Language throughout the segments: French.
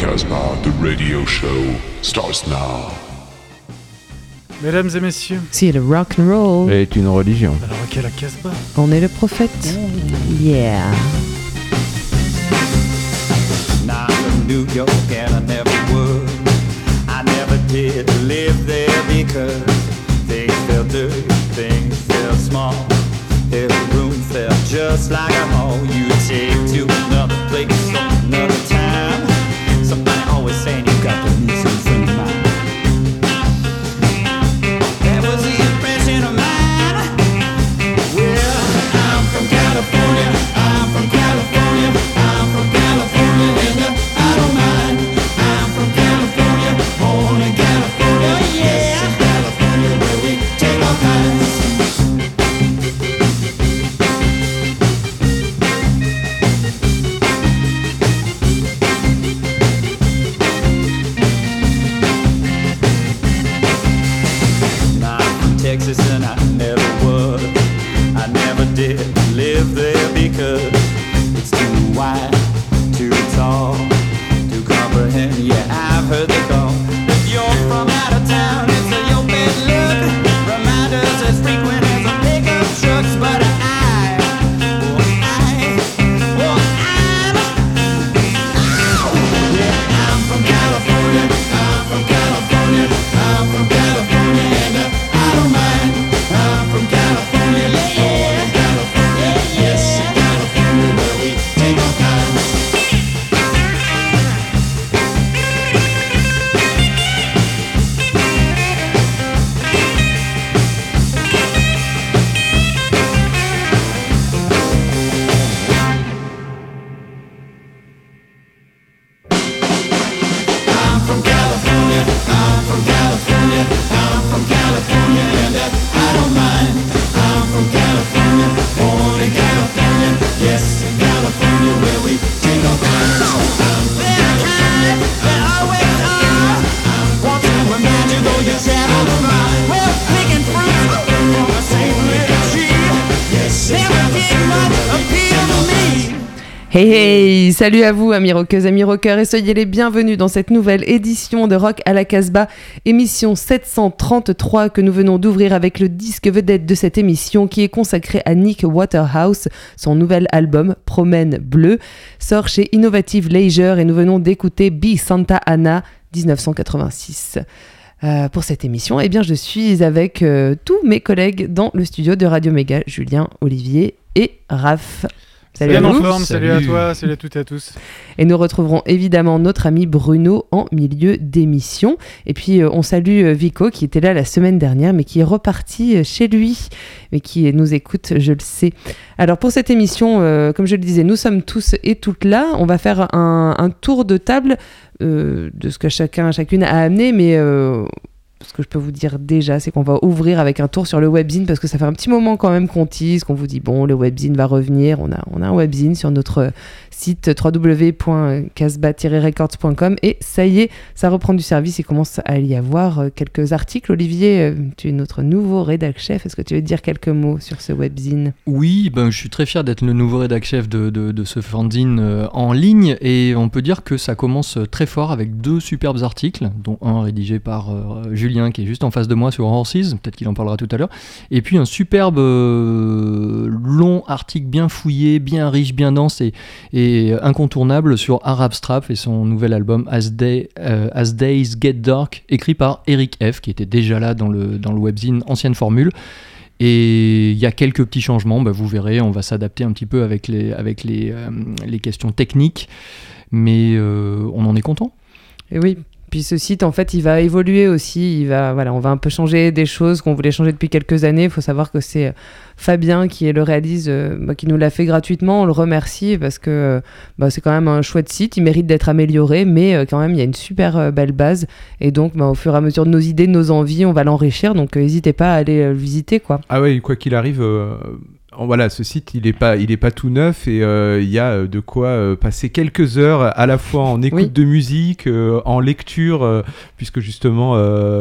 Casbah, the radio show starts now. Mesdames et messieurs, si le rock and roll est une religion, alors ok la Casbah. On est le prophète. Yeah. Not from New York and I never would. I never did live there because things felt dirty, things felt small. Every room felt just like a hall. You take to another place, another time. Somebody always saying you got to meet some friend of mine. That was the impression of mine. Well, I'm from California, I'm from California, I'm from California, and I don't mind. I'm from California, born in California, yeah. California where we take our kinds. Texas and I never would. I never did live there because it's too wide, too tall to comprehend. Yeah, I've heard the call. If you're from out of town, it's a your bad luck. Reminders as frequent as a pickup trucks, but I'm from California. I'm from California. I'm from California, and I don't mind. I'm from California, born in California, yes, in California where we take our kinds. I'm from California, I'm from California, I'm from California, and I don't mind. I'm from California, born in California, yes, in California where we take our kinds. I'm from California, there always are. Want to remind you though you travel a mile. Well, picking fruit from a same little tree, yes, never did much appeal to me. Hey hey, salut à vous amis rockeuses, amis rockeurs et soyez les bienvenus dans cette nouvelle édition de Rock à la Casbah, émission 733 que nous venons d'ouvrir avec le disque vedette de cette émission qui est consacré à Nick Waterhouse. Son nouvel album Promène Bleue sort chez Innovative Leisure et nous venons d'écouter Be Santa Ana 1986. Pour cette émission, eh bien, je suis avec tous mes collègues dans le studio de Radio Méga, Julien, Olivier et Raph. Salut à Bien en vous. forme, salut à toi, salut à toutes et à tous. Et nous retrouverons évidemment notre ami Bruno en milieu d'émission. Et puis on salue Vico qui était là la semaine dernière mais qui est reparti chez lui, mais qui nous écoute, je le sais. Alors pour cette émission, comme je le disais, nous sommes tous et toutes là. On va faire un tour de table de ce que chacune a amené, mais... ce que je peux vous dire déjà, c'est qu'on va ouvrir avec un tour sur le webzine parce que ça fait un petit moment quand même qu'on tease, qu'on vous dit bon, le webzine va revenir. On a un webzine sur notre site www.casbah-records.com et ça y est, ça reprend du service. Il commence à y avoir quelques articles. Olivier, tu es notre nouveau rédac-chef. Est-ce que tu veux dire quelques mots sur ce webzine ? Oui, je suis très fier d'être le nouveau rédac-chef de ce fanzine en ligne et on peut dire que ça commence très fort avec 2 superbes articles, dont un rédigé par Julien qui est juste en face de moi sur Horses, peut-être qu'il en parlera tout à l'heure, et puis un superbe long article bien fouillé, bien riche, bien dense et incontournable sur Arab Strap et son nouvel album As Days Get Dark, écrit par Eric F, qui était déjà là dans le webzine ancienne formule. Et il y a quelques petits changements, vous verrez, on va s'adapter un petit peu avec les questions techniques, mais on en est content. Et oui. Puis ce site, en fait, il va évoluer aussi. On va un peu changer des choses qu'on voulait changer depuis quelques années. Il faut savoir que c'est Fabien qui le réalise, qui nous l'a fait gratuitement. On le remercie parce que c'est quand même un chouette site. Il mérite d'être amélioré, mais quand même, il y a une super belle base. Et donc, au fur et à mesure de nos idées, de nos envies, on va l'enrichir. Donc, n'hésitez pas à aller le visiter, quoi. Ah ouais, quoi qu'il arrive... voilà, ce site il est pas tout neuf et il y a de quoi passer quelques heures à la fois en écoute de musique, en lecture, puisque justement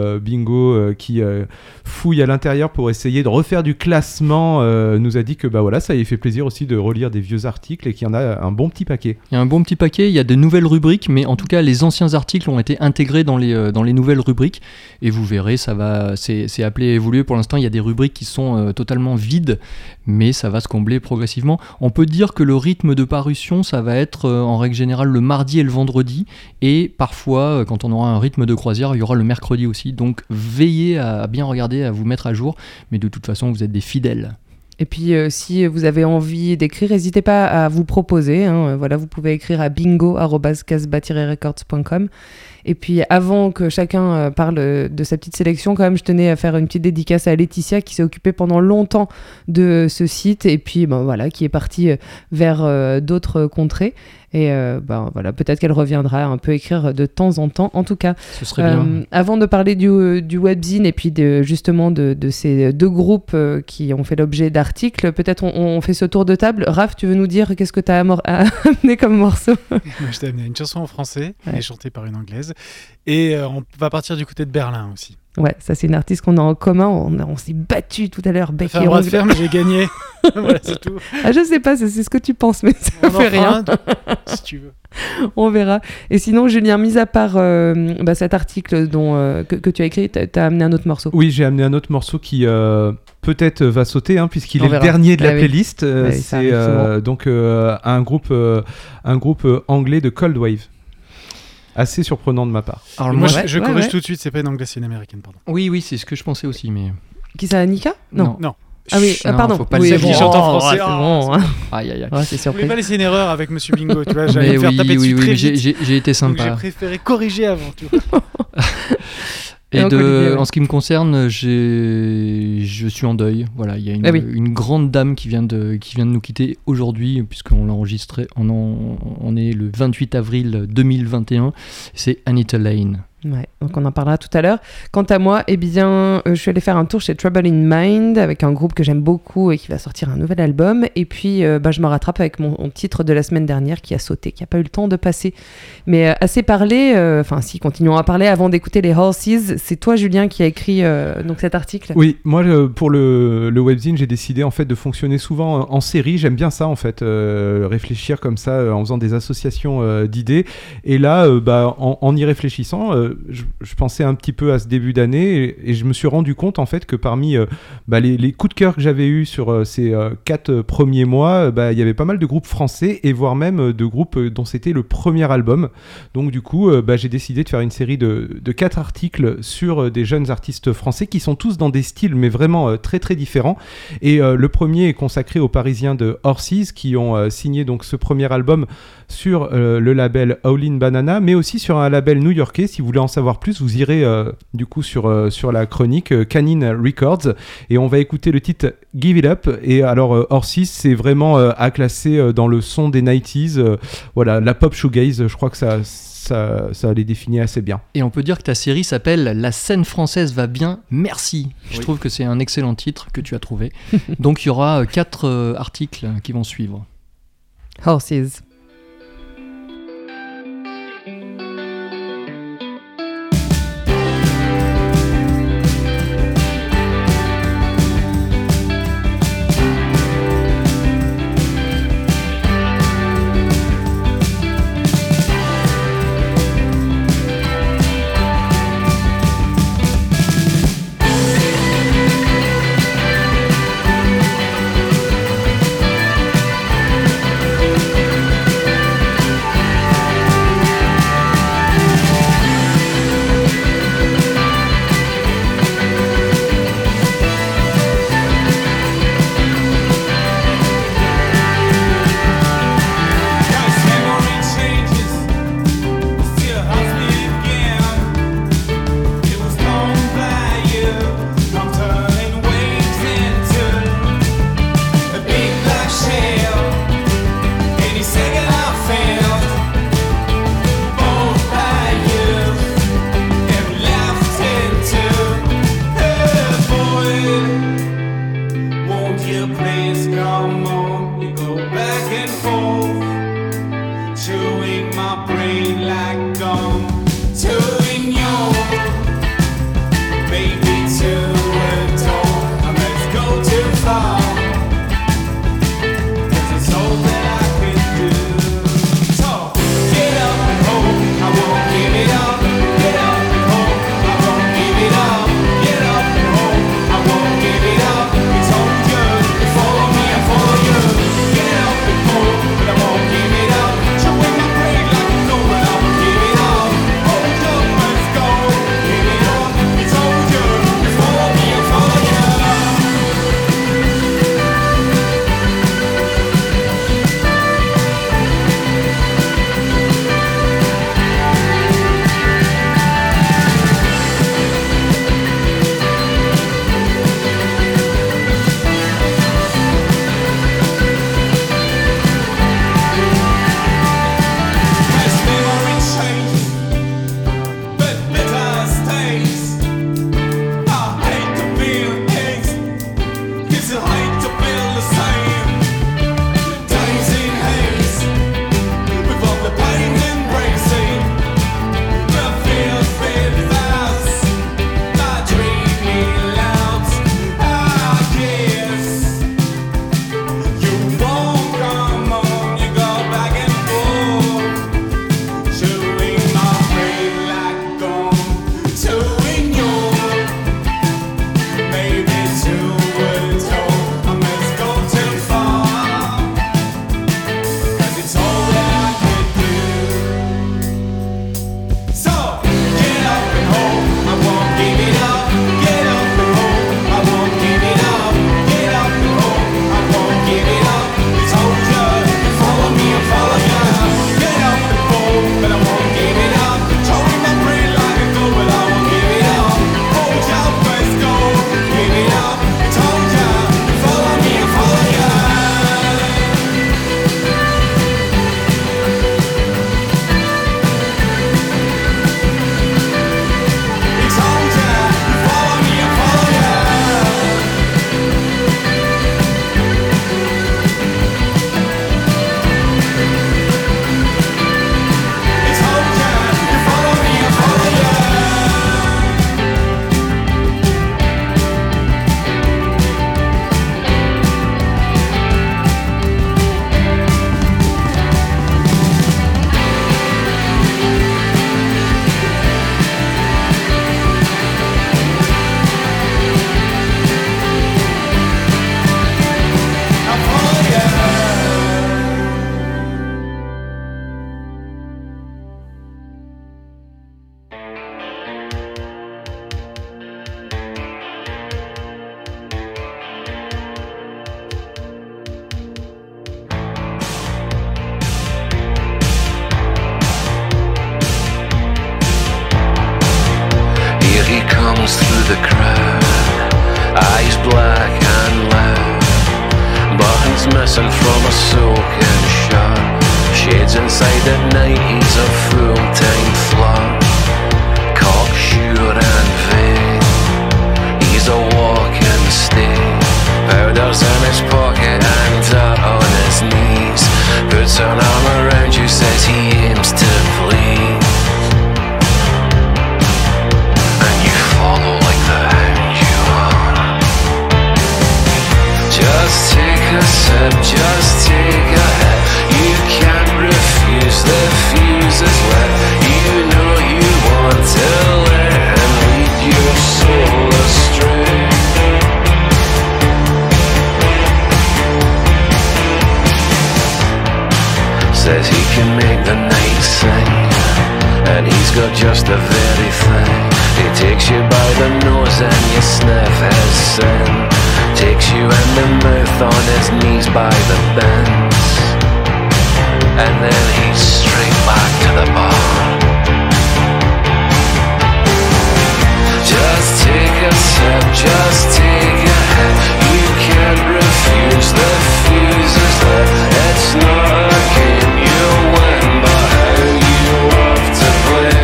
Bingo qui fouille à l'intérieur pour essayer de refaire du classement nous a dit que bah voilà, ça lui fait plaisir aussi de relire des vieux articles et qu'il y en a un bon petit paquet. Il y a un bon petit paquet, il y a de nouvelles rubriques, mais en tout cas les anciens articles ont été intégrés dans les nouvelles rubriques et vous verrez, c'est appelé à évoluer. Pour l'instant il y a des rubriques qui sont totalement vides, mais ça va se combler progressivement. On peut dire que le rythme de parution, ça va être en règle générale le mardi et le vendredi, et parfois, quand on aura un rythme de croisière, il y aura le mercredi aussi. Donc veillez à bien regarder, à vous mettre à jour, mais de toute façon, vous êtes des fidèles. Et puis, si vous avez envie d'écrire, n'hésitez pas à vous proposer. Voilà, vous pouvez écrire à bingo@casbah-records.com. Et puis, avant que chacun parle de sa petite sélection, quand même, je tenais à faire une petite dédicace à Laetitia qui s'est occupée pendant longtemps de ce site et puis, voilà, qui est partie vers d'autres contrées. Et voilà, peut-être qu'elle reviendra un peu écrire de temps en temps. En tout cas, ce serait bien. Avant de parler du webzine et puis justement de ces deux groupes qui ont fait l'objet d'articles, peut-être on fait ce tour de table. Raph, tu veux nous dire qu'est-ce que tu as amené comme morceau? Moi, je t'ai amené une chanson en français, mais chantée par une anglaise. Et on va partir du côté de Berlin aussi. Ouais, ça c'est une artiste qu'on a en commun. On s'est battu tout à l'heure. Bec et bras de fer, mais j'ai gagné. Voilà, c'est tout. Ah, je sais pas, c'est ce que tu penses, mais ça on fait rien. Si tu veux. On verra. Et sinon, Julien, mis à part cet article que tu as écrit, t'as amené un autre morceau. Oui, j'ai amené un autre morceau qui peut-être va sauter, puisqu'il est le dernier de la playlist. C'est donc un groupe anglais de Cold Wave. Assez surprenant de ma part. Alors moi, je corrige tout de suite, c'est pas une anglaise, c'est une américaine, pardon. Oui, c'est ce que je pensais aussi, mais... Qui ça, Annika ? Non. Ah oui, pardon. Faut pas oui, le qui chante en français. C'est bon. Aïe. Ouais, c'est Je surpris. voulais pas laisser une erreur avec Monsieur Bingo, tu vois, j'allais me faire taper dessus très vite. J'ai été sympa. Donc j'ai préféré corriger avant, tu vois. Et en ce qui me concerne, je suis en deuil. Voilà, il y a une grande dame qui vient de nous quitter aujourd'hui, puisqu'on l'a enregistré. On est le 28 avril 2021. C'est Anita Lane. Ouais, donc on en parlera tout à l'heure. Quant à moi, je suis allée faire un tour chez Trouble in Mind avec un groupe que j'aime beaucoup et qui va sortir un nouvel album. Et puis, je me rattrape avec mon titre de la semaine dernière qui a sauté, qui n'a pas eu le temps de passer. Mais assez parlé, continuons à parler avant d'écouter les Horses. C'est toi, Julien, qui a écrit donc cet article. Oui, moi, pour le webzine, j'ai décidé en fait de fonctionner souvent en série. J'aime bien ça, en fait, réfléchir comme ça en faisant des associations d'idées. Et là, en y réfléchissant, je pensais un petit peu à ce début d'année et je me suis rendu compte en fait que parmi les coups de cœur que j'avais eus sur ces 4 premiers mois, il y avait pas mal de groupes français et voire même de groupes dont c'était le premier album. Donc du coup, j'ai décidé de faire une série de 4 articles sur des jeunes artistes français qui sont tous dans des styles mais vraiment très très différents. Et le premier est consacré aux Parisiens de Horses qui ont signé donc ce premier album sur le label Howlin' Banana, mais aussi sur un label new-yorkais. Si vous voulez en savoir plus, vous irez du coup sur la chronique Canine Records et on va écouter le titre Give It Up. Et alors Horses, c'est vraiment à classer dans le son des 90s, voilà, la pop shoegaze, je crois que ça les définit assez bien. Et on peut dire que ta série s'appelle La scène française va bien, merci. Je trouve que c'est un excellent titre que tu as trouvé. Donc il y aura 4 articles qui vont suivre. Horses. missing from a soaking shot. Shades inside at night, he's a full-time flat. Cocksure and vain, he's a walking stain. Powder's in his pocket and dirt on his knees. Puts an arm around you, says he aims to please. And you follow like the hound you are. Just take a sip, just take a hit. You can't refuse, the fuse is lit. You know you want to let him lead your soul astray. Says he can make the night sing, and he's got just the very thing. He takes you by the nose and you sniff his sin. Takes you in the mouth on his knees by the bends, and then he's straight back to the bar. Just take a sip, just take a hit. You can't refuse, the fuse is lit. It's not a game you win, but how you love to play.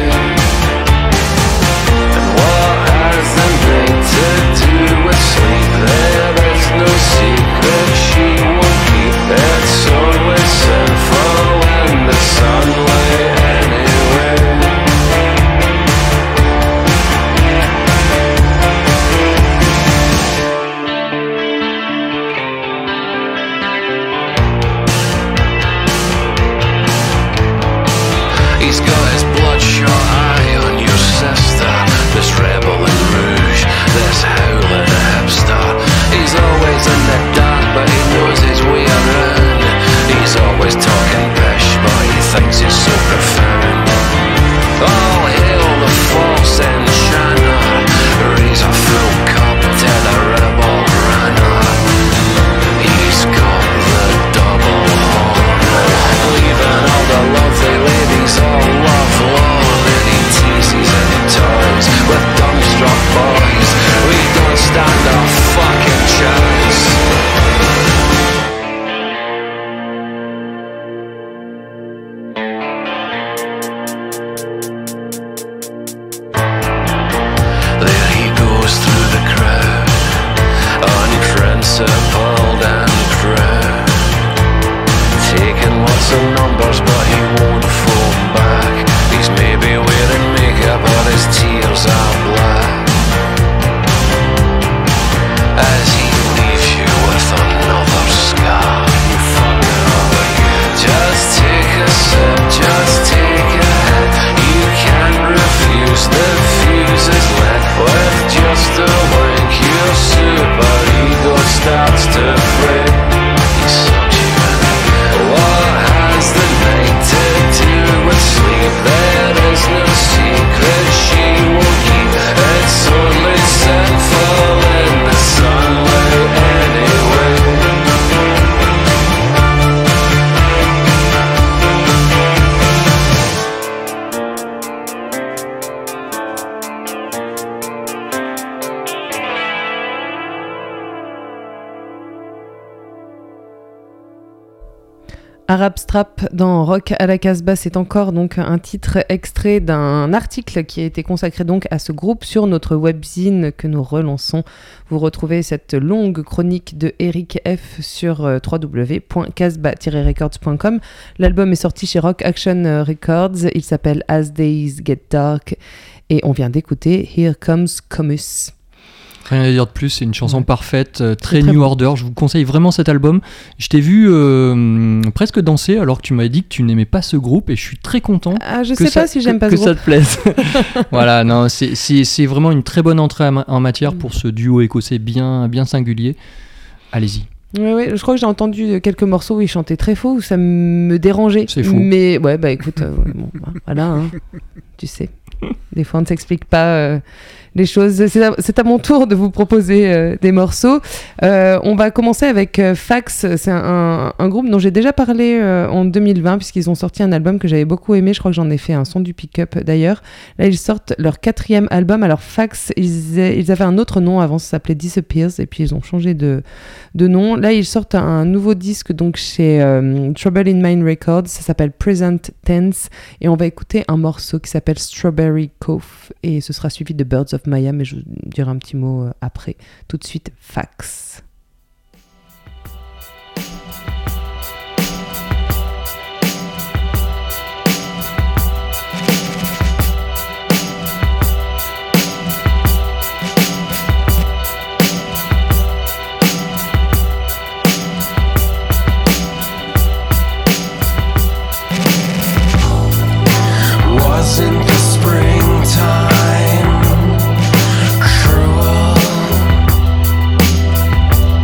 And what has the night to do with sleep? There is no secret she won't keep. It's always sinful in the sunlight anyway. He's got his bloodshot eye on your sister, this rebel in rouge, this howling hipster. He's always in the dark, but he knows his way around. He's always talking pish, but he thinks he's so profound. All hail the false enchanter, raise a full cup to the rebel runner. He's got the double horn, leaving all the lovely ladies all love lord. And he teases and he toys with dumbstruck boys. We don't stand a fucking chance. There he goes through the crowd, unprincipled and proud, taking lots of numbers but he won't phone back. He's maybe wearing makeup but his tears are black, as he leaves you with another scar. You fucking other good. Just take a sip, just take a hit. You can't refuse, the fuse is lit. With just a wink your super ego starts to fray. He sucks you in again. What has the night to do with sleep? There is no secret she won't keep. It's only sinful in the sunlight anyway. Arab Strap dans Rock à la Casbah, c'est encore donc un titre extrait d'un article qui a été consacré donc à ce groupe sur notre webzine que nous relançons. Vous retrouvez cette longue chronique de Eric F sur www.casbah-records.com. L'album est sorti chez Rock Action Records, il s'appelle As Days Get Dark et on vient d'écouter Here Comes Comus. Rien à dire de plus, c'est une chanson parfaite, très New Order. Je vous conseille vraiment cet album. Je t'ai vu presque danser alors que tu m'avais dit que tu n'aimais pas ce groupe et je suis très content. Ah, je sais pas si j'aime pas ce groupe. Que ça te plaise. Voilà, non, c'est vraiment une très bonne entrée en matière pour ce duo écossais bien singulier. Allez-y. Oui, je crois que j'ai entendu quelques morceaux où ils chantaient très faux, où ça me dérangeait. C'est fou. Mais ouais, bah écoute, bon, voilà, hein, tu sais. Des fois, on ne s'explique pas les choses. C'est à mon tour de vous proposer des morceaux. On va commencer avec Fax. C'est un groupe dont j'ai déjà parlé en 2020 puisqu'ils ont sorti un album que j'avais beaucoup aimé. Je crois que j'en ai fait un son du pick-up d'ailleurs. Là, ils sortent leur 4e album. Alors Fax, ils avaient un autre nom avant, ça s'appelait Disappears et puis ils ont changé de nom. Là, ils sortent un nouveau disque donc chez Trouble in Mind Records. Ça s'appelle Present Tense et on va écouter un morceau qui s'appelle Strawberry Cove et ce sera suivi de Birds of Maya, mais je vous dirai un petit mot après. Tout de suite, Fax. Wasn't the springtime cruel?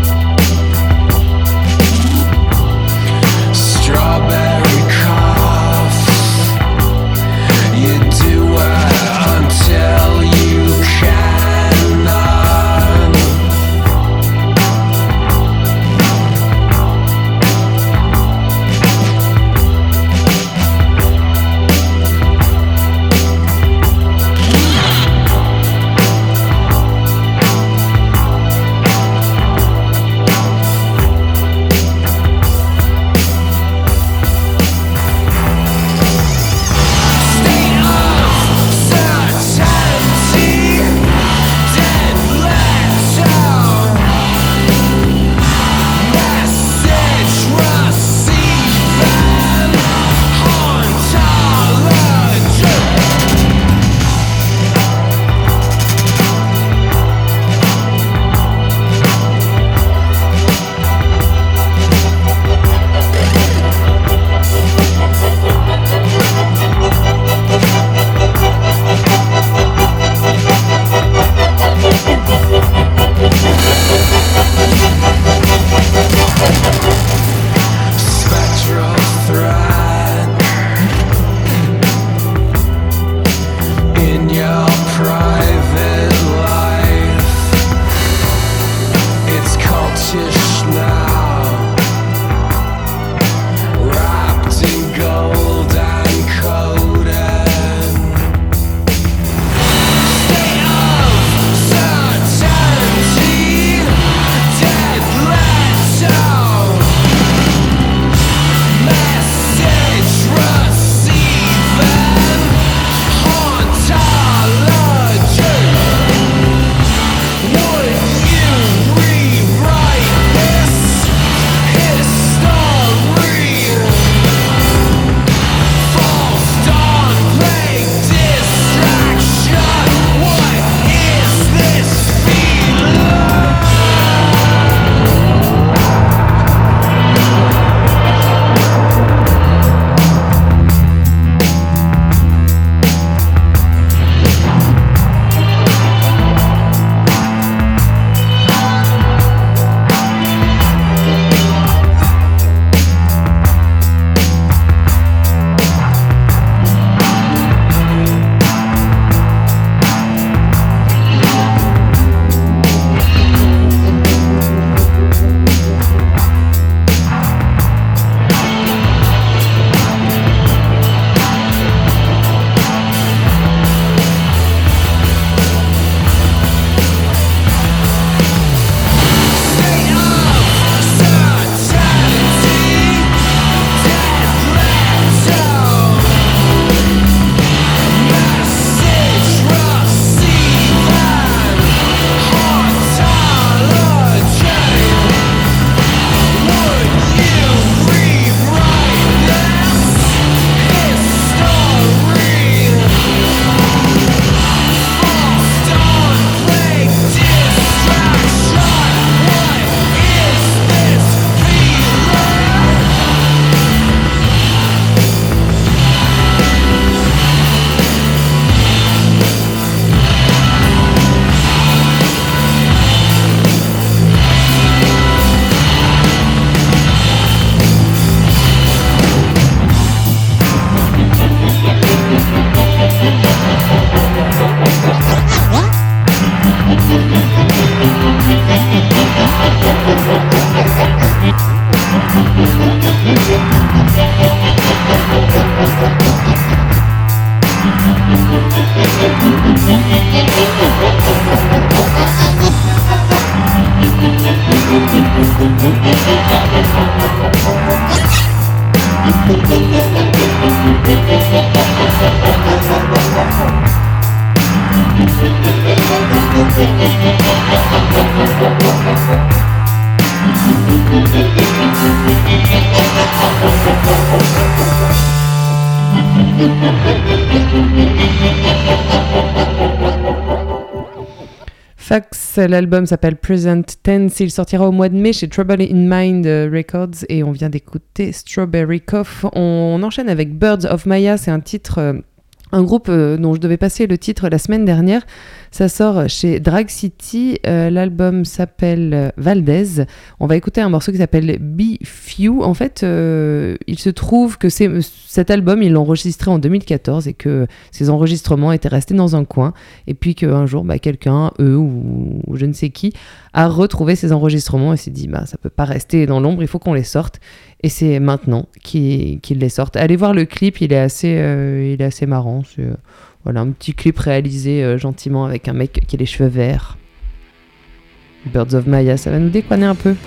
Fax, l'album s'appelle Present Tense, il sortira au mois de mai chez Trouble in Mind Records et on vient d'écouter Strawberry Cough. On enchaîne avec Birds of Maya, c'est un titre, un groupe dont je devais passer le titre la semaine dernière. Ça sort chez Drag City, l'album s'appelle Valdez. On va écouter un morceau qui s'appelle Be Few. En fait, il se trouve que cet album, ils l'ont enregistré en 2014 et que ces enregistrements étaient restés dans un coin. Et puis qu'un jour, quelqu'un, eux ou je ne sais qui, a retrouvé ces enregistrements et s'est dit ça peut pas rester dans l'ombre, il faut qu'on les sorte. Et c'est maintenant qu'ils les sortent. Allez voir le clip, il est assez marrant. C'est, voilà, un petit clip réalisé gentiment avec un mec qui a les cheveux verts. Birds of Maya, ça va nous déconner un peu.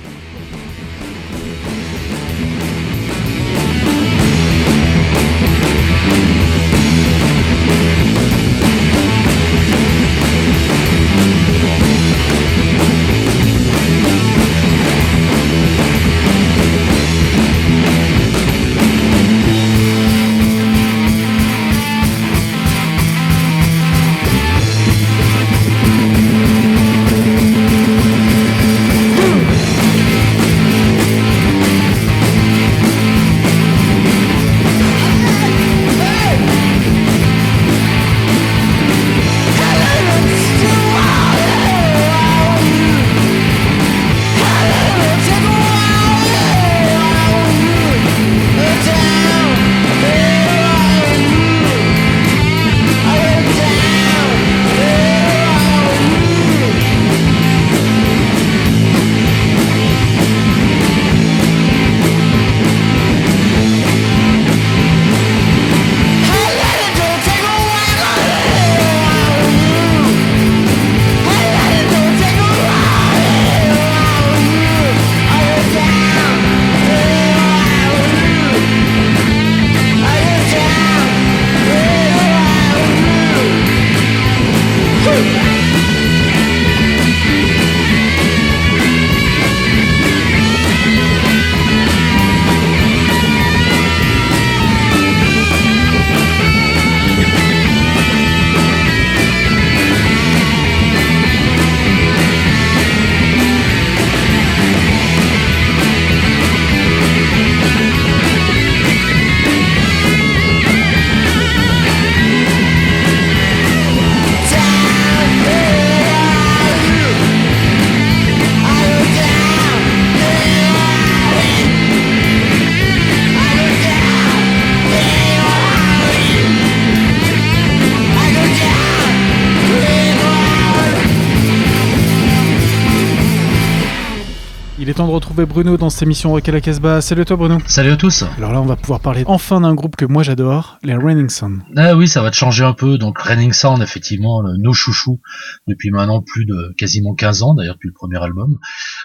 Il est temps de retrouver Bruno dans cette émission Rock à la Casbah. Salut toi Bruno. Salut à tous. Alors là on va pouvoir parler enfin d'un groupe que moi j'adore, les Raining Sun. Ah oui, ça va te changer un peu. Donc Raining Sun, effectivement, nos chouchous depuis maintenant plus de quasiment 15 ans, d'ailleurs depuis le premier album.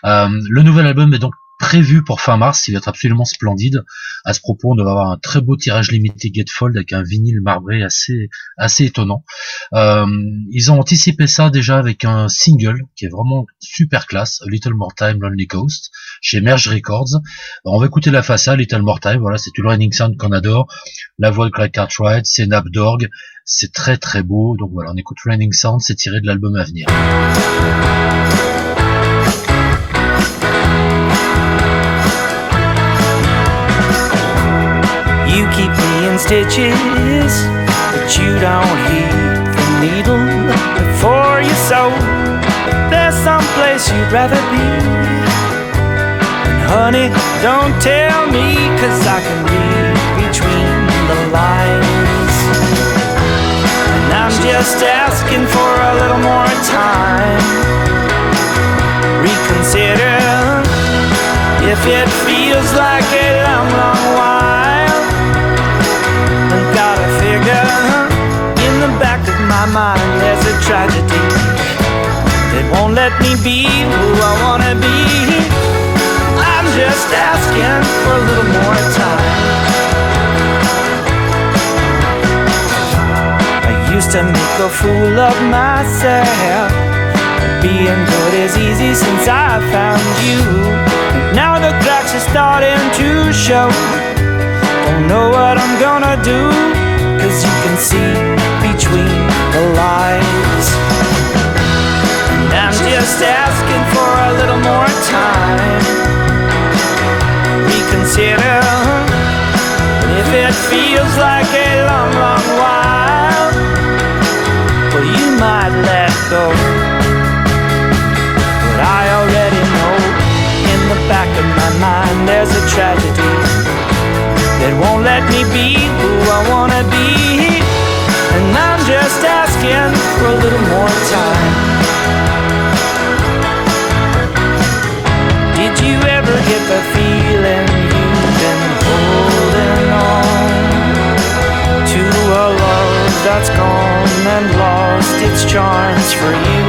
Le nouvel album est donc prévu pour fin mars, il va être absolument splendide. À ce propos, on devrait avoir un très beau tirage limité Gatefold avec un vinyle marbré assez étonnant. Ils ont anticipé ça déjà avec un single qui est vraiment super classe, A Little More Time, Lonely Coast, chez Merge Records. On va écouter la face A, Little More Time, voilà, c'est tout le Raining Sun qu'on adore. La voix de Craig Cartwright, c'est Nap Dorg, c'est très très beau. Donc voilà, on écoute Raining Sun, c'est tiré de l'album à venir. You keep me in stitches, but you don't heed the needle for your soul. There's some place you'd rather be. And honey, don't tell me, 'cause I can read between the lines. And I'm just asking for a little more time. Reconsider if it feels like a long, long while. In the back of my mind there's a tragedy that won't let me be who I wanna be. I'm just asking for a little more time. I used to make a fool of myself, Being good is easy since I found you. Now the cracks are starting to show. Don't know what I'm gonna do, 'cause you can see between the lines. And I'm just asking for a little more time. Reconsider. If it feels like a long, long while, well, you might let go. But I already know, in the back of my mind, there's a tragedy that won't let me be who I wanna be. And I'm just asking for a little more time. Did you ever get the feeling you've been holding on to a love that's gone and lost its charms for you?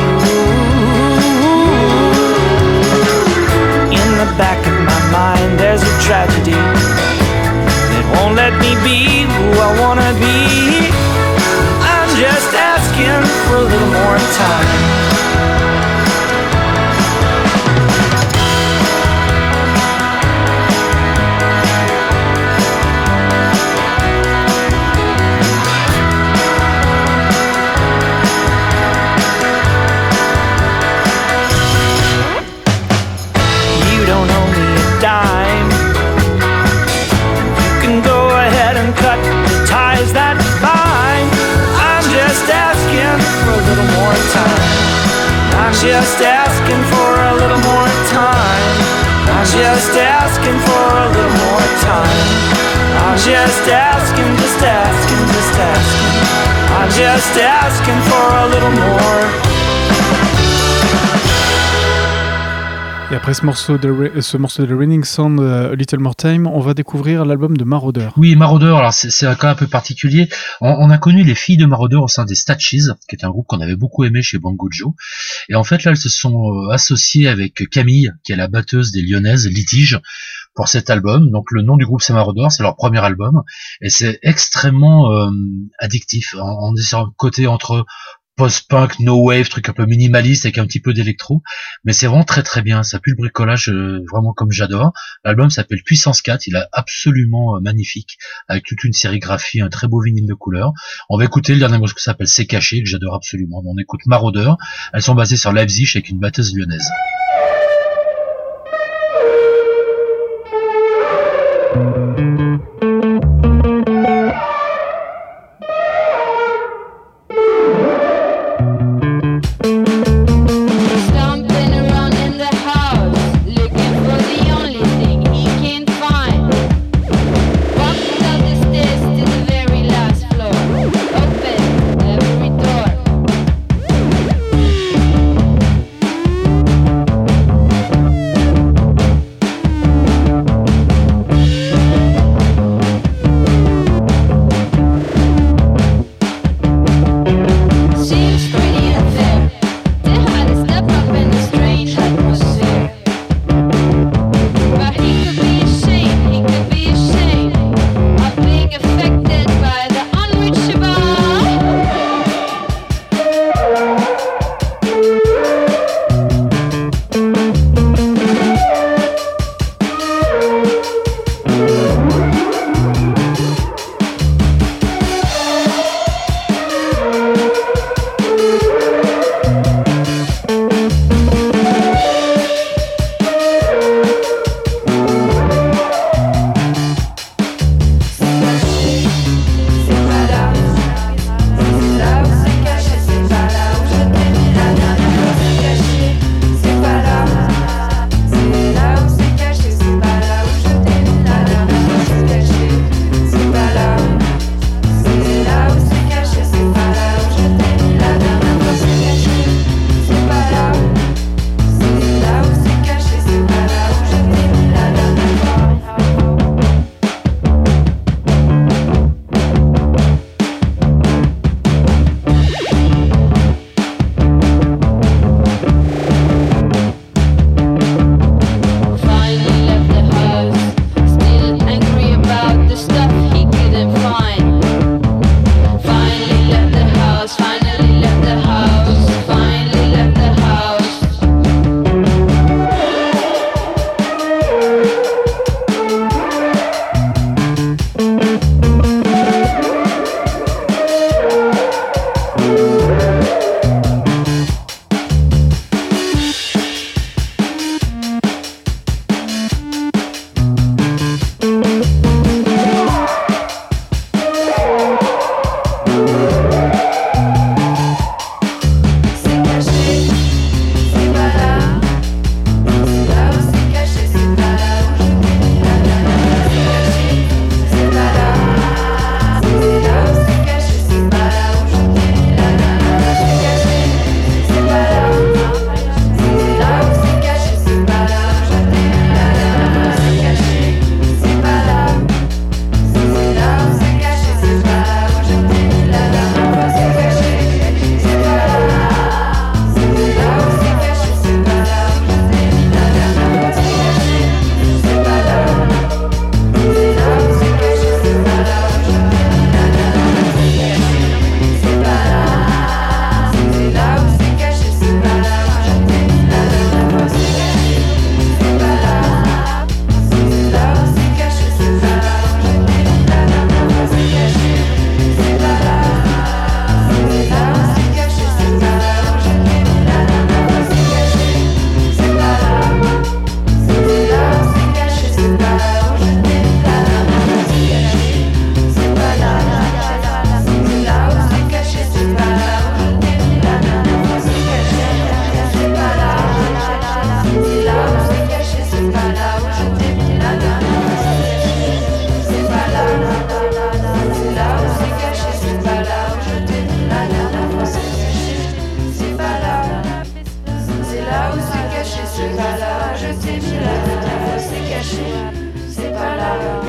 In the back of my mind, there's a tragedy that won't let me be who I wanna be. I'm just asking for a little more time. Just asking for a little more time. I'm just asking for a little more time. I'm just asking, just asking, just asking. I'm just asking for a little more. Et après ce morceau de Raining Sand, A Little More Time, on va découvrir l'album de Marauder. Oui, Marauder, alors c'est un cas un peu particulier. On a connu les filles de Marauder au sein des Statches, qui est un groupe qu'on avait beaucoup aimé chez Bango Joe. Et en fait, là, elles se sont associées avec Camille, qui est la batteuse des Lyonnaises, Litige, pour cet album. Donc le nom du groupe c'est Marauder, c'est leur premier album. Et c'est extrêmement addictif. On est sur un côté entre post-punk, no wave, truc un peu minimaliste avec un petit peu d'électro, mais c'est vraiment très très bien, ça pue le bricolage vraiment comme j'adore. L'album s'appelle Puissance 4, il est absolument magnifique, avec toute une sérigraphie, un très beau vinyle de couleurs. On va écouter le dernier morceau qui s'appelle C'est caché, que j'adore absolument. On écoute Marauder, elles sont basées sur Leipzig avec une batteuse lyonnaise.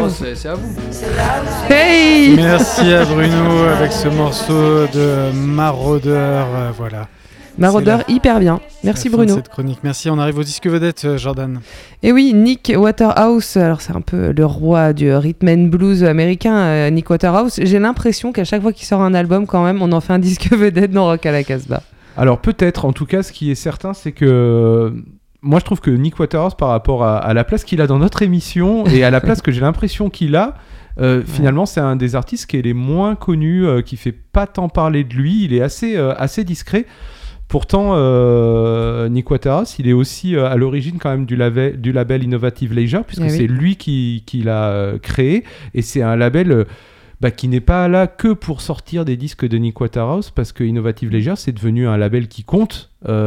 que vous... c'est à vous. Hey Merci à Bruno avec ce morceau de Maraudeur. Voilà. Maraudeur, C'est hyper bien. Merci la fin de Bruno. cette chronique. Merci. On arrive au disque vedette, Jordan. Et oui, Nick Waterhouse, alors c'est un peu le roi du rhythm and blues américain, Nick Waterhouse. J'ai l'impression qu'à chaque fois qu'il sort un album, quand même, on en fait un disque vedette dans Rock à la Casbah. Alors peut-être, en tout cas, ce qui est certain, c'est que moi je trouve que Nick Waterhouse, par rapport à la place qu'il a dans notre émission et à la place que j'ai l'impression qu'il a, finalement c'est un des artistes qui est les moins connus, qui fait pas tant parler de lui, il est assez discret. Pourtant, Nick Waterhouse, il est aussi à l'origine quand même du label Innovative Leisure, puisque c'est lui qui l'a créé, et c'est un label qui n'est pas là que pour sortir des disques de Nick Waterhouse, parce que Innovative Leisure, c'est devenu un label qui compte,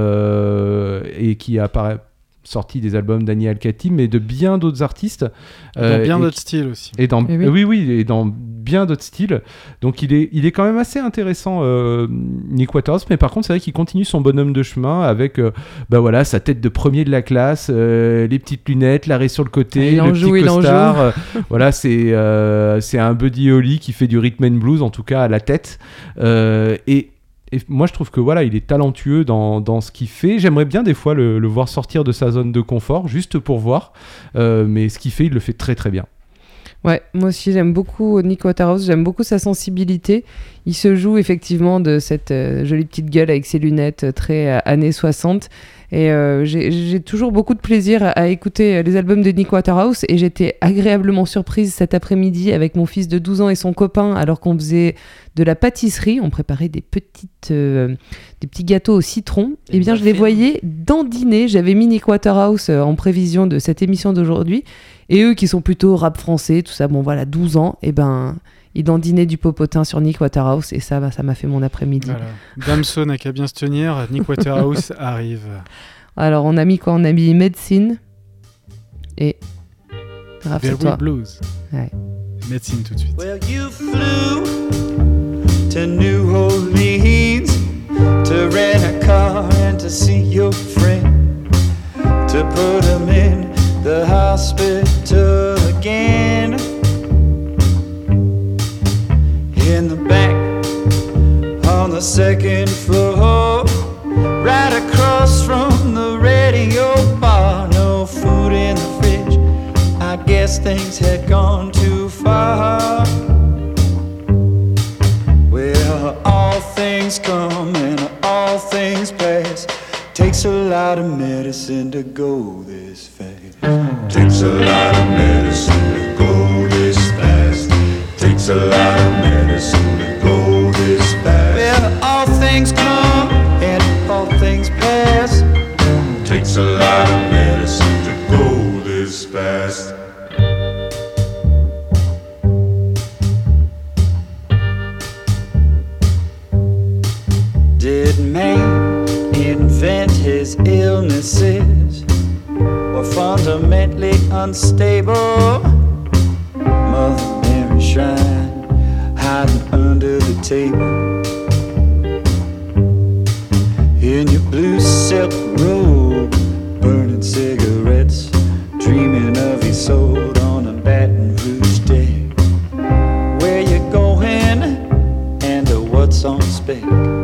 et qui a sorti des albums d'Annie Alcati, mais de bien d'autres artistes. Dans bien d'autres styles aussi. Et dans, et dans bien d'autres styles. Donc il est quand même assez intéressant, Nick Waterhouse, mais par contre c'est vrai qu'il continue son bonhomme de chemin avec sa tête de premier de la classe, les petites lunettes, l'arrêt sur le côté, le petit costard. Voilà, c'est un Buddy Holly qui fait du rhythm and blues, en tout cas à la tête. Et moi, je trouve que voilà, il est talentueux dans ce qu'il fait. J'aimerais bien des fois le voir sortir de sa zone de confort, juste pour voir. Mais ce qu'il fait, il le fait très très bien. Ouais, moi aussi j'aime beaucoup Nick Waterhouse, j'aime beaucoup sa sensibilité. Il se joue effectivement de cette jolie petite gueule avec ses lunettes très années 60. Et j'ai toujours beaucoup de plaisir à écouter les albums de Nick Waterhouse, et j'étais agréablement surprise cet après-midi avec mon fils de 12 ans et son copain, alors qu'on faisait de la pâtisserie, on préparait des petits gâteaux au citron. Et bien je les voyais dandiner. J'avais mis Nick Waterhouse en prévision de cette émission d'aujourd'hui, et eux qui sont plutôt rap français, tout ça, bon voilà, 12 ans, et ben ils dandinaient du popotin sur Nick Waterhouse, et ça m'a fait mon après-midi. Voilà. Damson n'a qu'à bien se tenir, Nick Waterhouse arrive. Alors on a mis quoi ? On a mis Medicine et Very Blues. Ouais. Medicine tout de suite. Well, you flew to New Orleans to rent a car and to see your friend, to put him in the hospital again. In the back, on the second floor, right across from the radio bar. No food in the fridge, I guess things had gone too far. Well, all things come and all things pass. Takes a lot of medicine to go this fast. Takes a lot of medicine to go this fast. Takes a lot of medicine to go this fast. Well, all things come and all things pass. Takes a lot of medicine to go this fast. Did man invent his illnesses, or fundamentally unstable? Mother Mary shrine hiding under the table. In your blue silk robe, burning cigarettes, dreaming of Isolde on a Baton Rouge day. Where you going and what's on spec?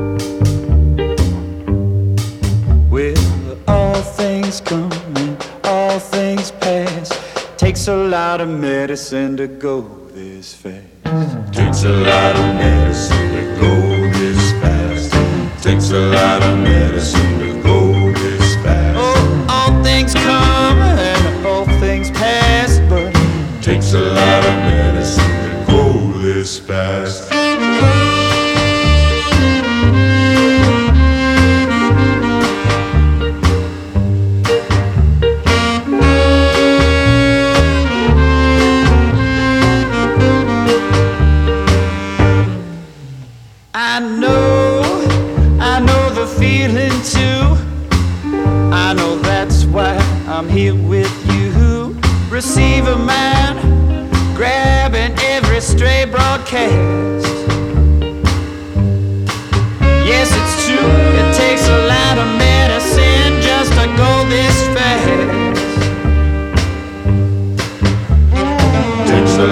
Well, all things come and all things pass. Takes a lot of medicine to go this fast. Takes a lot of medicine to go this fast. Takes a lot of medicine to go this fast. Oh, all things come and all things pass, but takes a lot of medicine to go this fast. I know the feeling too. I know that's why I'm here with you. Receiver man, grabbing every stray broadcast. Yes, it's true, it takes a lot of medicine just to go this fast. Takes a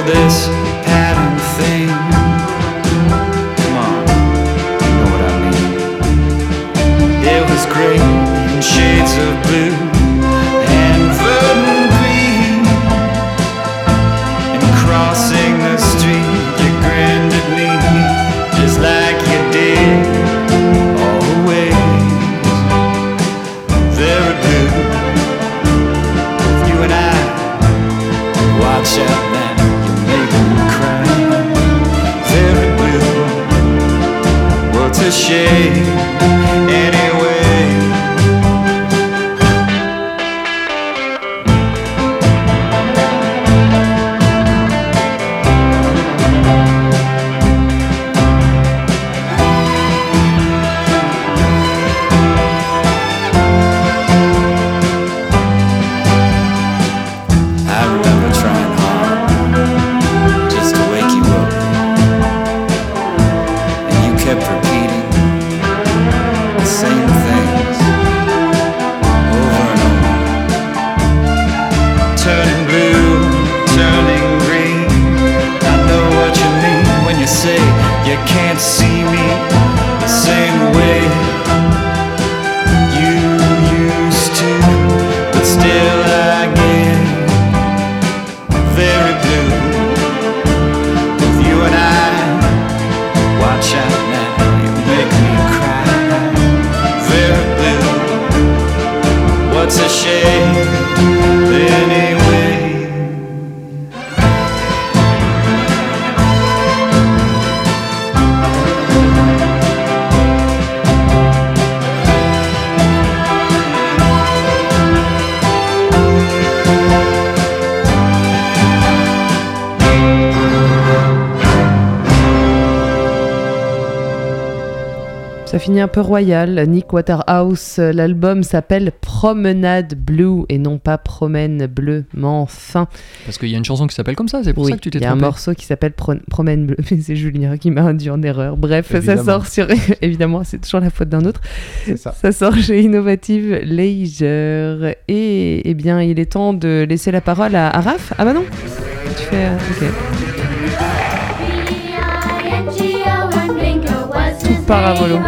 this pattern thing. Come on, you know what I mean. It was great in shades of blue and verdant green. And crossing the street, you grinned at me just like you did always. Very blue, with you and I. Watch out now, you're making me cry. Very blue, what's a shame anyway? Ça finit un peu royal. Nick Waterhouse, l'album s'appelle Promenade Blue et non pas Promène Bleue, mais enfin. Parce qu'il y a une chanson qui s'appelle comme ça, c'est pour ça que tu t'es trompé. Il y a un morceau qui s'appelle Promène Bleue, mais c'est Julien qui m'a induit en erreur. Bref, évidemment. Ça sort sur. Évidemment, c'est toujours la faute d'un autre. C'est ça. Ça sort chez Innovative Leisure. Et eh bien, il est temps de laisser la parole à Raph. Ah bah non tu fais. Ok. Tout part à volo.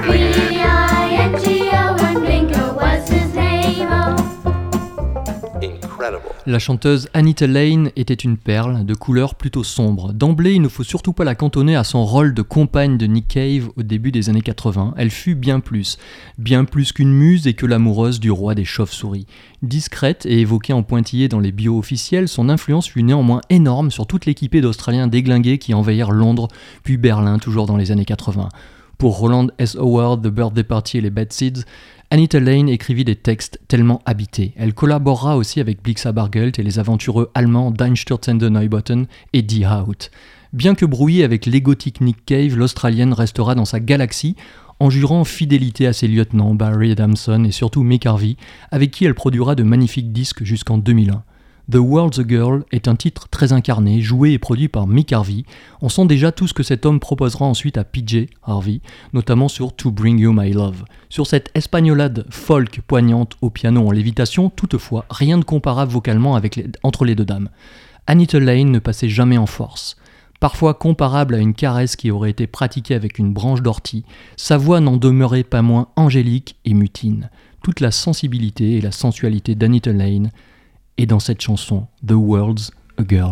La chanteuse Anita Lane était une perle de couleur plutôt sombre. D'emblée, il ne faut surtout pas la cantonner à son rôle de compagne de Nick Cave au début des années 80. Elle fut bien plus qu'une muse et que l'amoureuse du roi des chauves-souris. Discrète et évoquée en pointillé dans les bios officiels, son influence fut néanmoins énorme sur toute l'équipée d'Australiens déglingués qui envahirent Londres, puis Berlin, toujours dans les années 80. Pour Roland S. Howard, The Birthday Party et les Bad Seeds, Anita Lane écrivit des textes tellement habités. Elle collabora aussi avec Blixa Bargeld et les aventureux allemands Deinstürzende Neubauten et Die Haut. Bien que brouillée avec l'égotique Nick Cave, l'Australienne restera dans sa galaxie en jurant fidélité à ses lieutenants Barry Adamson et surtout Mick Harvey, avec qui elle produira de magnifiques disques jusqu'en 2001. The World's a Girl est un titre très incarné, joué et produit par Mick Harvey. On sent déjà tout ce que cet homme proposera ensuite à PJ Harvey, notamment sur To Bring You My Love. Sur cette espagnolade folk poignante au piano en lévitation, toutefois, rien de comparable vocalement entre les deux dames. Anita Lane ne passait jamais en force. Parfois comparable à une caresse qui aurait été pratiquée avec une branche d'ortie, sa voix n'en demeurait pas moins angélique et mutine. Toute la sensibilité et la sensualité d'Anita Lane et dans cette chanson, The World's a Girl.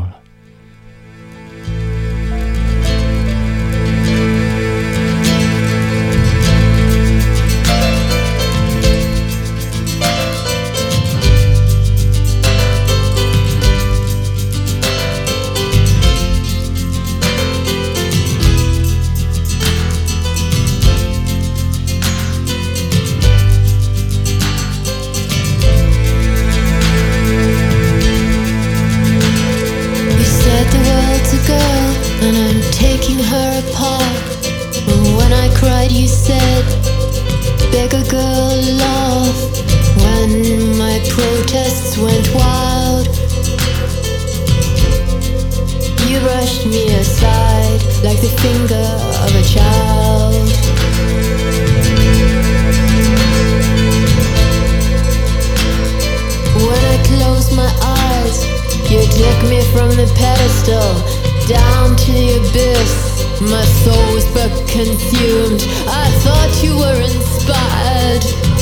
You said, beg a girl love. When my protests went wild, you brushed me aside like the finger of a child. When I closed my eyes, you took me from the pedestal to the abyss. My soul was but consumed. I thought you were inspired,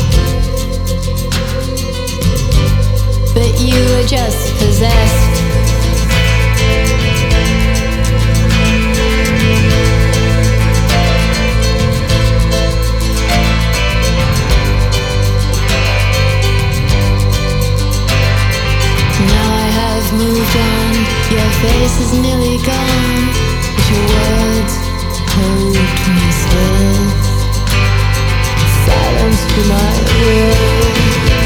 but you were just possessed. Moved on, your face is nearly gone, but your words hold me still. Silence to my will.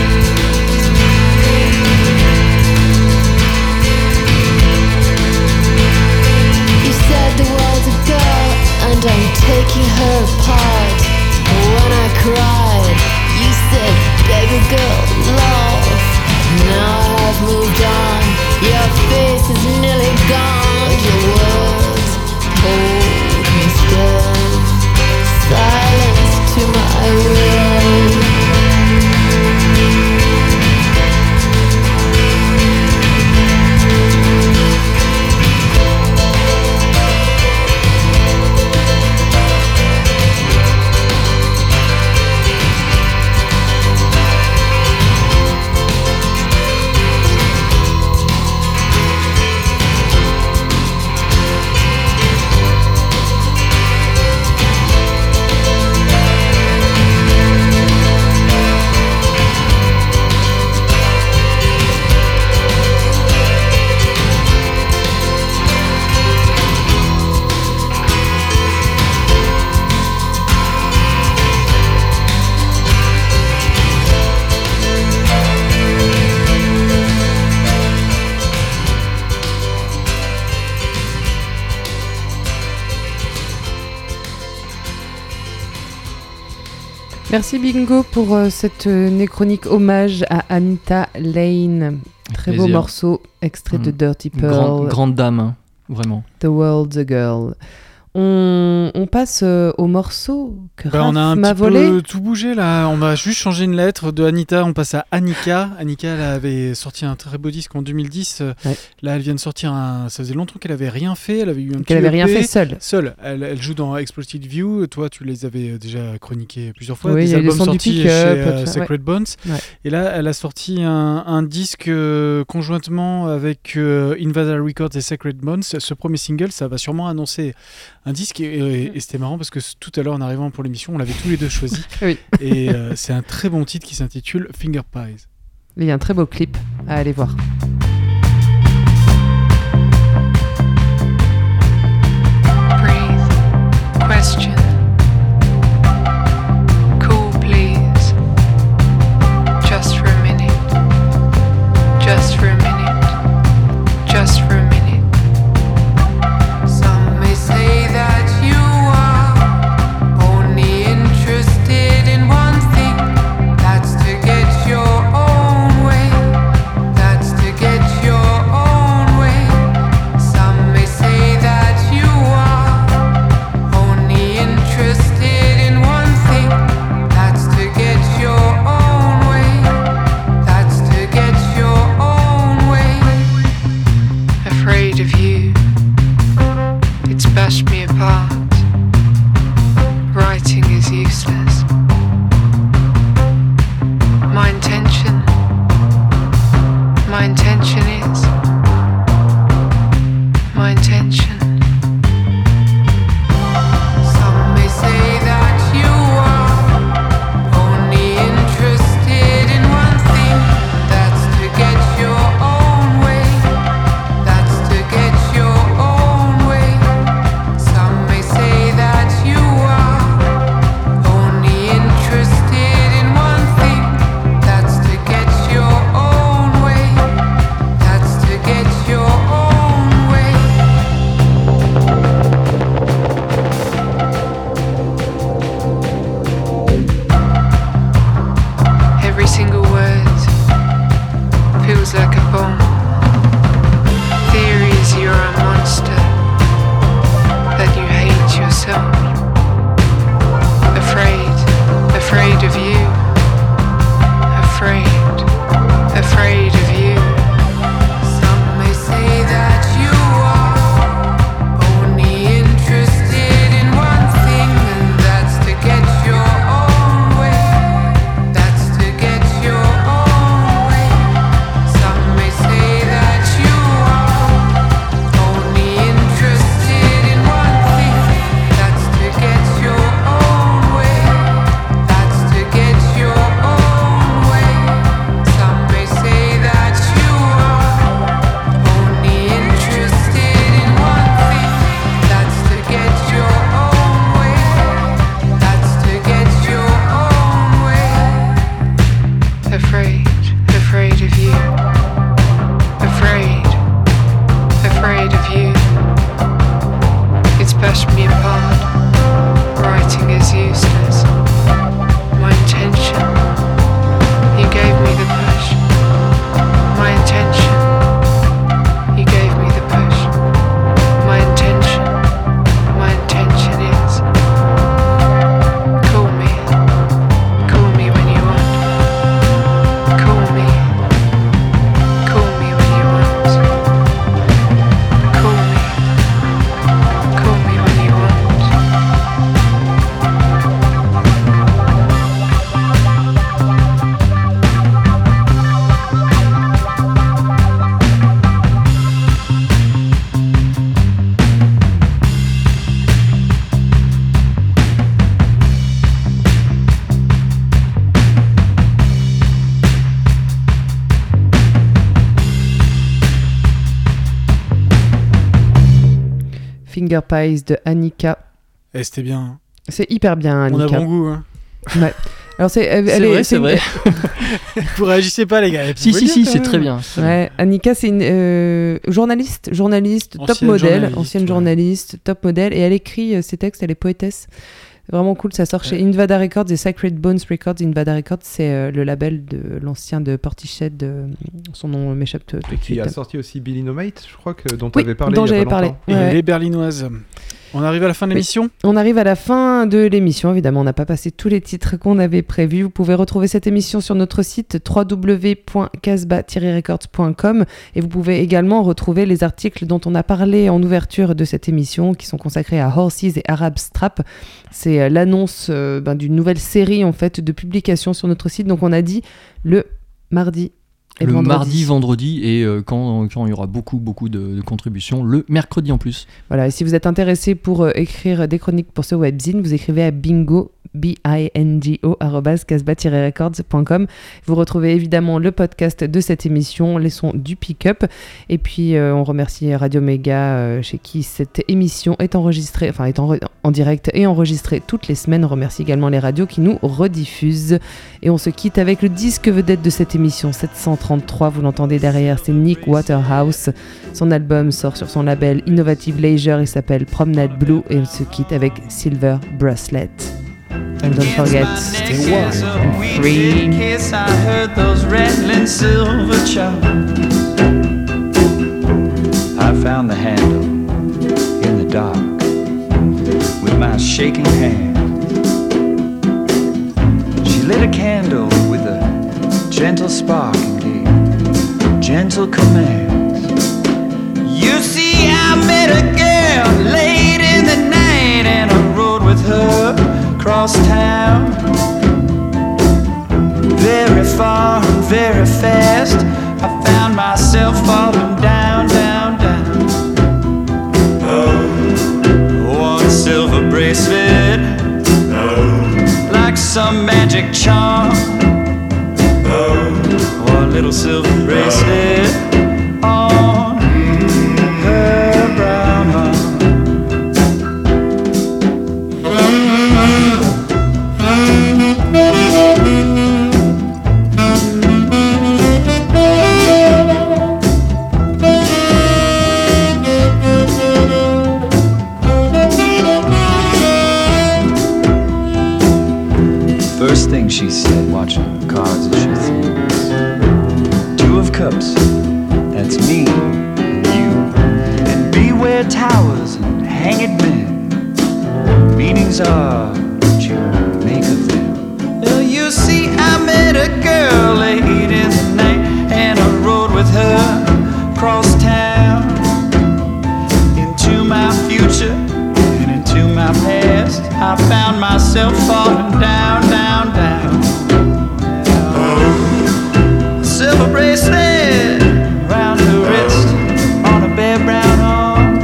You said the world's a girl, and I'm taking her apart. When I cried, you said, baby girl, love. Now I have moved on. Your face is nearly gone. Your words hold me still. Silence to my will. Merci Bingo pour cette néchronique hommage à Anita Lane. Très beau morceau, extrait de Dirty Pearl. Grande dame, hein, vraiment. The World's a Girl. On passe au morceau que Raph on a un m'a petit volé. peu tout bougé là. On va juste changer une lettre de Anita. On passe à Annika. Annika, elle avait sorti un très beau disque en 2010. Ouais. Là, elle vient de sortir un. Ça faisait longtemps qu'elle avait rien fait. Elle avait eu un petit Qu'elle avait EP. rien fait seule. Seule. Elle joue dans Exploited View. Toi, tu les avais déjà chroniqués plusieurs fois. Oui, il y des a le albums son du sortis pick-up, chez Sacred Bones. Ouais. Et là, elle a sorti un disque conjointement avec Invada Records et Sacred Bones. Ce premier single, ça va sûrement annoncer un disque. Et c'était marrant parce que tout à l'heure, en arrivant pour l'émission, on l'avait tous les deux choisi. Oui. Et c'est un très bon titre qui s'intitule Finger Pies. Il y a un très beau clip à aller voir. Breathe. Question. Cool, please. Just for a minute. Just for a minute. Just for a minute. Some may say that you are only interested in one thing. That's to get your own way. That's to get your own way. Some may say that you are only interested in one thing. That's to get your own way. That's to get your own way. Afraid of you. It's bashed me apart. Writing is useless. My intention is. My intention. Some may say that you are only interested in one thing. That's to get your own way. That's to get your own way. Some may say that you are only interested in one thing. That's to get your own way. That's to get your own way. Finger Pies de Annika. Et c'était bien. C'est hyper bien, Annika. On a bon goût. Hein. Ouais. Alors C'est vrai. Vous réagissez pas, les gars. Si, c'est très bien. Ouais, Annika, c'est une journaliste, top modèle, ancienne journaliste, top modèle, et elle écrit ses textes, elle est poétesse. C'est vraiment cool, ça sort chez Invada Records et Sacred Bones Records. Invada Records, c'est le label de l'ancien de Portishead, son nom m'échappe tout de suite. Qui a sorti aussi Billy No Mate, je crois, dont tu Oui, avais parlé dont il y a j'avais pas parlé. longtemps. Et les Berlinoises. On arrive à la fin de l'émission. On arrive à la fin de l'émission, évidemment, on n'a pas passé tous les titres qu'on avait prévus. Vous pouvez retrouver cette émission sur notre site www.casbah-records.com et vous pouvez également retrouver les articles dont on a parlé en ouverture de cette émission qui sont consacrés à Horses et Arab Strap. C'est l'annonce d'une nouvelle série en fait de publications sur notre site. Donc on a dit le mardi. Le mardi, vendredi et quand il y aura beaucoup de contributions, le mercredi en plus. Voilà, et si vous êtes intéressé pour écrire des chroniques pour ce webzine, vous écrivez à bingo, bingo, @casbah-records.com. Vous retrouvez évidemment le podcast de cette émission, les sons du pick-up. Et puis on remercie Radio Méga chez qui cette émission est enregistrée, enfin est en direct et enregistrée toutes les semaines. On remercie également les radios qui nous rediffusent. Et on se quitte avec le disque vedette de cette émission, 733, vous l'entendez derrière, c'est Nick Waterhouse. Son album sort sur son label Innovative Leisure, il s'appelle Promenade Blue et on se quitte avec Silver Bracelet. And don't forget, stay warm and free. Kiss, I heard those rattling silver chimes. I found the handle in the dark with my shaking hand. She lit a candle with a gentle spark and gave gentle commands. You see, I met a girl late in the night and I rode with her across town. Very far and very fast, I found myself falling down, down, down. Oh, one silver bracelet, oh, like some magic charm. Oh, one little silver bracelet on her brown arm. First thing she said, watching the cards as she threw, two of cups, that's me and you. And beware towers and hanged men, meanings are what you make of them. Well, you see, I met a girl late in the night, and I rode with her across town, into my future and into my past. I found myself falling down, down, down. Oh, silver bracelet round her wrist, on a bare brown arm.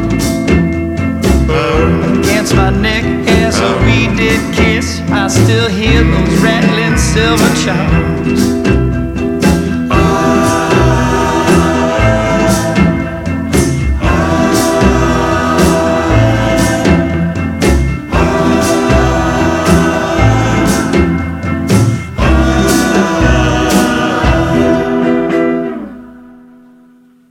Oh, against my neck as we did kiss, I still hear those rattling silver chimes.